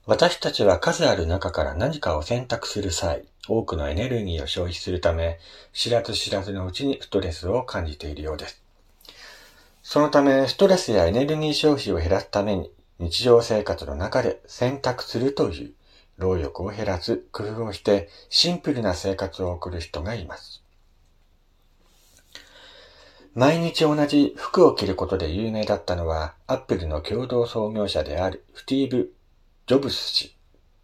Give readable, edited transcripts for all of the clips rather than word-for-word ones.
私たちは数ある中から何かを選択する際、多くのエネルギーを消費するため、知らず知らずのうちにストレスを感じているようです。そのため、ストレスやエネルギー消費を減らすために、日常生活の中で選択するという、労力を減らす工夫をして、シンプルな生活を送る人がいます。毎日同じ服を着ることで有名だったのは、アップルの共同創業者であるスティーブ・ジョブズ氏。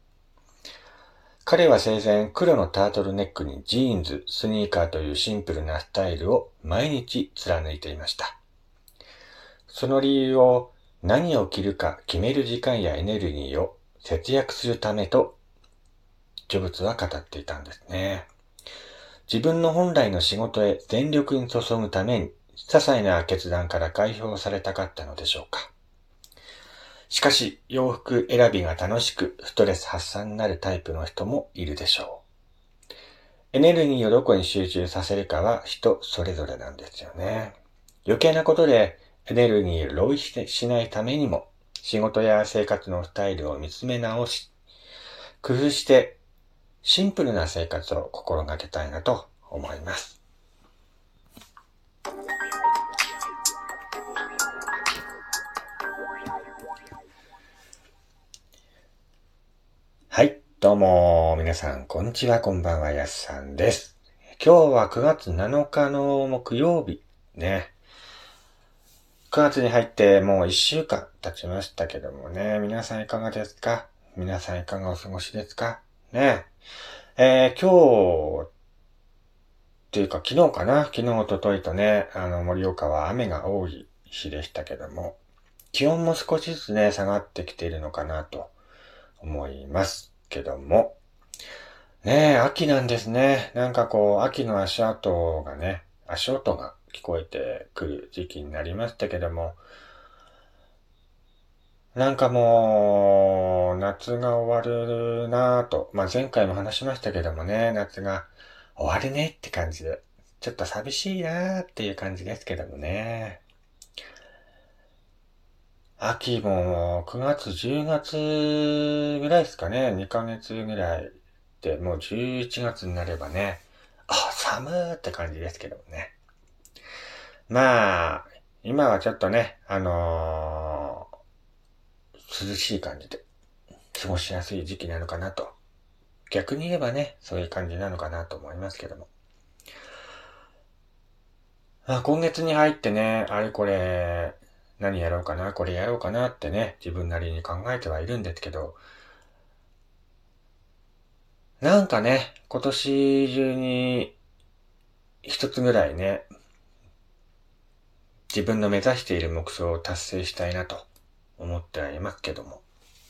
彼は生前、黒のタートルネックにジーンズ、スニーカーというシンプルなスタイルを毎日貫いていました。その理由を何を着るか決める時間やエネルギーを節約するためと、ジョブズは語っていたんですね。自分の本来の仕事へ全力に注ぐために、些細な決断から解放されたかったのでしょうか。しかし、洋服選びが楽しく、ストレス発散になるタイプの人もいるでしょう。エネルギーをどこに集中させるかは人それぞれなんですよね。余計なことでエネルギーを浪費しないためにも、仕事や生活のスタイルを見つめ直し、工夫してシンプルな生活を心がけたいなと思います。はい、どうも皆さんこんにちは、こんばんは、やすさんです。今日は9月7日の木曜日ね。9月に入ってもう1週間経ちましたけどもね、皆さんいかがですか？皆さんいかがお過ごしですかね。今日っていうか昨日かな、昨日一昨日とね、盛岡は雨が多い日でしたけども、気温も少しずつね、下がってきているのかなと思いますけども、ねえ、秋なんですね。なんかこう、秋の足音が聞こえてくる時期になりましたけども、なんかもう、夏が終わるなぁと、前回も話しましたけどもね、夏が終わるねって感じで、ちょっと寂しいなぁっていう感じですけどもね。秋も9月、10月ぐらいですかね、2ヶ月ぐらいで、もう11月になればね、寒ーって感じですけどもね。今はちょっとね、涼しい感じで過ごしやすい時期なのかなと。逆に言えばね、そういう感じなのかなと思いますけども。今月に入ってね、あれこれ、何やろうかな、これやろうかなってね、自分なりに考えてはいるんですけど、なんかね、今年中に一つぐらいね、自分の目指している目標を達成したいなと思ってはいますけども。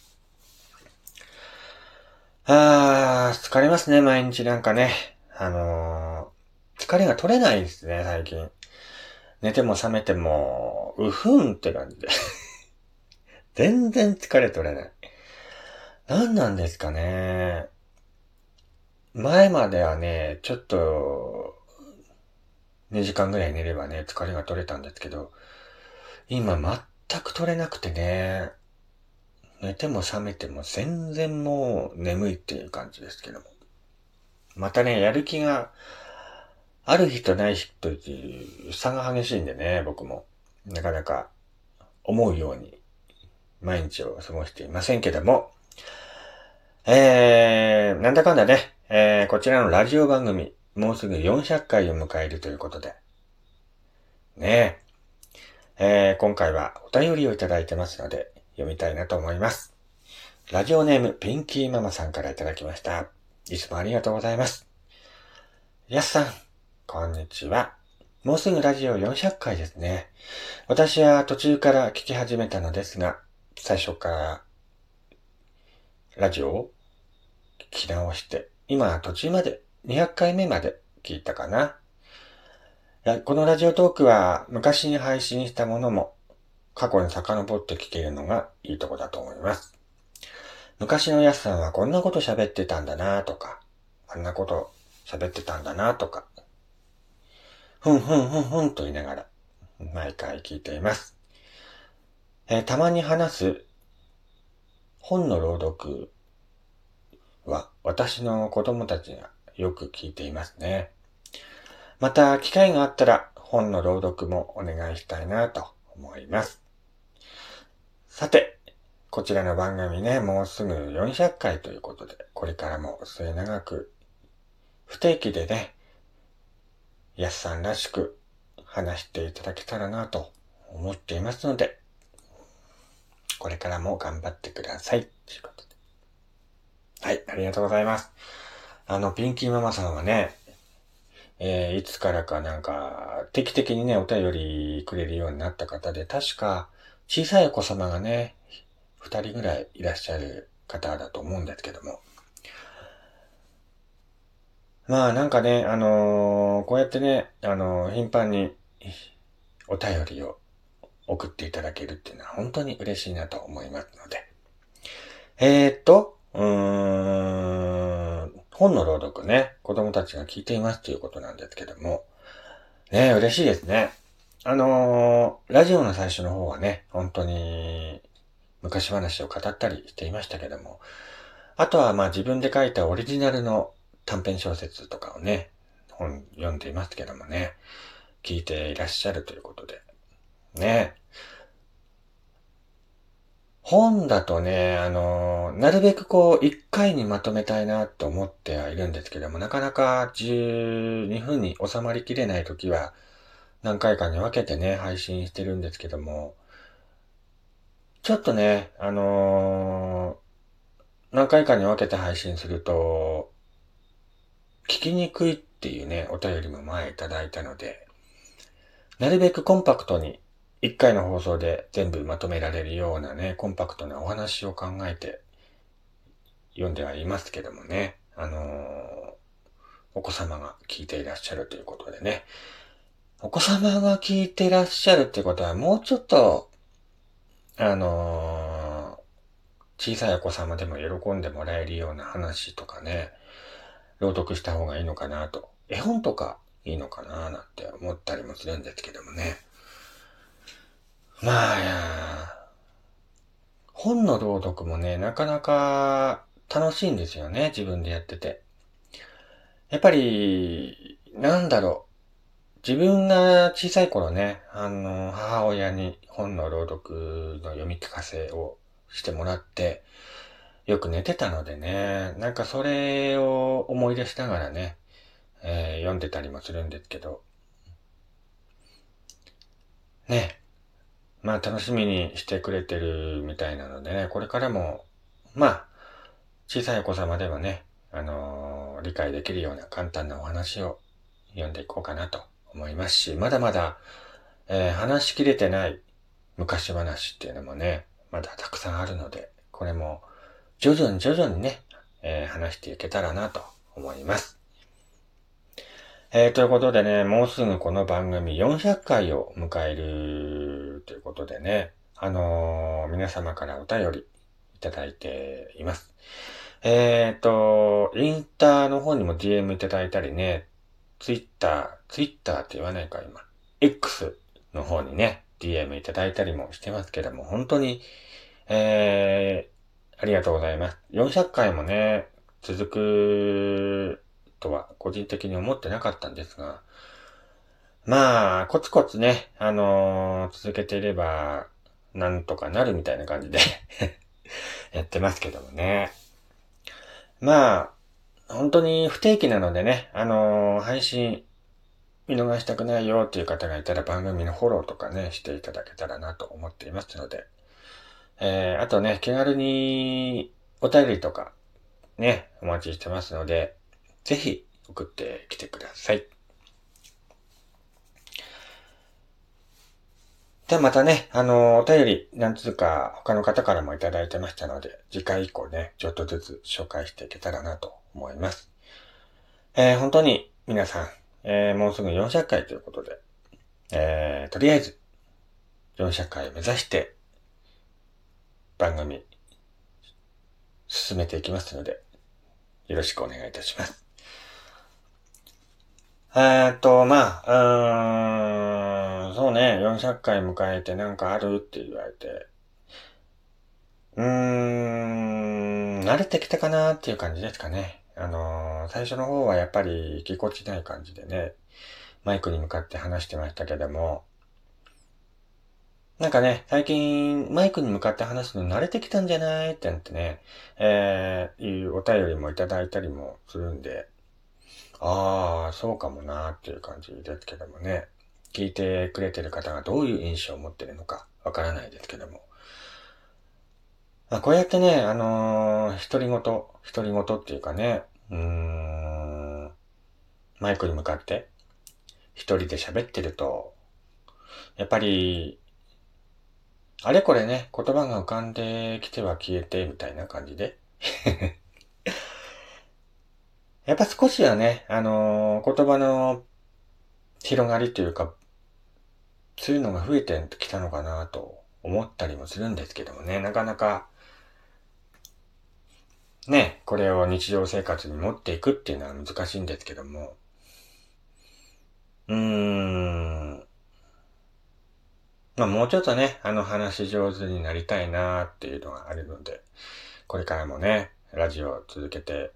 疲れますね、毎日なんかね。疲れが取れないですね、最近。寝ても覚めても、うふんって感じで。全然疲れ取れない。何なんですかね。前まではね、ちょっと、2時間ぐらい寝ればね、疲れが取れたんですけど、今全く取れなくてね、寝ても覚めても全然もう眠いっていう感じですけども。またね、やる気がある日とない日という差が激しいんでね、僕も。なかなか思うように毎日を過ごしていませんけども、なんだかんだね、こちらのラジオ番組、もうすぐ400回を迎えるということで、ね今回はお便りをいただいてますので、読みたいなと思います。ラジオネーム、ピンキーママさんからいただきました。いつもありがとうございます。やすさん、こんにちは。もうすぐラジオ400回ですね。私は途中から聞き始めたのですが、最初からラジオを聞き直して、今途中まで200回目まで聞いたかな。このラジオトークは昔に配信したものも過去に遡って聞けるのがいいとこだと思います。昔のやすさんはこんなこと喋ってたんだなとか、あんなこと喋ってたんだなとか、ふんふんふんふんと言いながら毎回聞いています。たまに話す本の朗読は私の子供たちがよく聞いていますね。また機会があったら本の朗読もお願いしたいなと思います。さて、こちらの番組ね、もうすぐ400回ということで、これからも末永く不定期でね、やすさんらしく話していただけたらなと思っていますので、これからも頑張ってください。ということで。はい、ありがとうございます。ピンキーママさんはね、いつからかなんか、定期的にね、お便りくれるようになった方で、確か、小さいお子様がね、2人ぐらいいらっしゃる方だと思うんですけども。まあなんかね、こうやってね、頻繁にお便りを送っていただけるっていうのは本当に嬉しいなと思いますので。本の朗読ね、子供たちが聞いていますということなんですけども、ね、嬉しいですね。ラジオの最初の方はね、本当に昔話を語ったりしていましたけども、あとはまあ自分で書いたオリジナルの短編小説とかをね、本読んでいますけどもね、聞いていらっしゃるということで、ね。本だとね、なるべくこう、一回にまとめたいなと思ってはいるんですけども、なかなか12分に収まりきれないときは、何回かに分けてね、配信してるんですけども、ちょっとね、何回かに分けて配信すると、聞きにくいっていうね、お便りも前いただいたので、なるべくコンパクトに、一回の放送で全部まとめられるようなね、コンパクトなお話を考えて読んではいますけどもね、お子様が聞いていらっしゃるということでね、お子様が聞いていらっしゃるってことはもうちょっと、小さいお子様でも喜んでもらえるような話とかね、朗読した方がいいのかなと。絵本とかいいのかななんて思ったりもするんですけどもね。まあ、本の朗読もね、なかなか楽しいんですよね、自分でやってて。やっぱり、なんだろう。自分が小さい頃ね、母親に本の朗読の読み聞かせをしてもらって、よく寝てたのでね、なんかそれを思い出しながらね、読んでたりもするんですけど、ね、まあ楽しみにしてくれてるみたいなのでね、これからも、まあ、小さいお子様でもね、理解できるような簡単なお話を読んでいこうかなと思いますし、まだまだ、話しきれてない昔話っていうのもね、まだたくさんあるので、これも徐々に徐々にね、話していけたらなと思います。ということでね、もうすぐこの番組400回を迎えるということでね、皆様からお便りいただいています。インターの方にも DM いただいたりね、ツイッターって言わないか今、X の方にね、DM いただいたりもしてますけども、本当に、ありがとうございます。400回もね、続くとは個人的に思ってなかったんですが、まあ、コツコツね、続けていれば、なんとかなるみたいな感じでやってますけどもね。まあ、本当に不定期なのでね、配信見逃したくないよっていう方がいたら番組のフォローとかね、していただけたらなと思っていますので、あとね、気軽にお便りとかね、お待ちしてますので、ぜひ送ってきてください。ではまたね、お便り何つうか他の方からもいただいてましたので、次回以降ね、ちょっとずつ紹介していけたらなと思います。本当に皆さん、もうすぐ400回ということで、とりあえず400回目指して番組進めていきますので、よろしくお願いいたします。そうね、400回迎えてなんかあるって言われて、 慣れてきたかなっていう感じですかね。最初の方はやっぱりぎこちない感じでね、マイクに向かって話してましたけども、なんかね、最近マイクに向かって話すの慣れてきたんじゃないってなってね、いうお便りもいただいたりもするんで、そうかもなーっていう感じですけどもね。聞いてくれてる方がどういう印象を持ってるのかわからないですけども。こうやってね、独り言っていうかね、マイクに向かって一人で喋ってると、やっぱり、あれこれね、言葉が浮かんできては消えてみたいな感じで。やっぱ少しはね、言葉の広がりというか、そういうのが増えてきたのかなと思ったりもするんですけどもね、なかなか、ね、これを日常生活に持っていくっていうのは難しいんですけども、もうちょっとね、話し上手になりたいなっていうのがあるので、これからもね、ラジオを続けて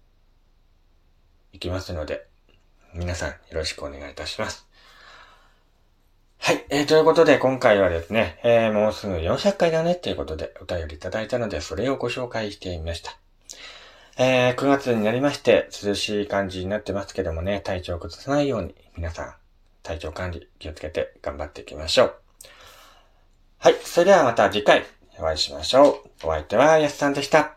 いきますので、皆さんよろしくお願いいたします。はい、ということで今回はですね、もうすぐ400回だねっていうことでお便りいただいたので、それをご紹介してみました。9月になりまして涼しい感じになってますけどもね、体調を崩さないように皆さん体調管理気をつけて頑張っていきましょう。はい、それではまた次回お会いしましょう。お相手はやすさんでした。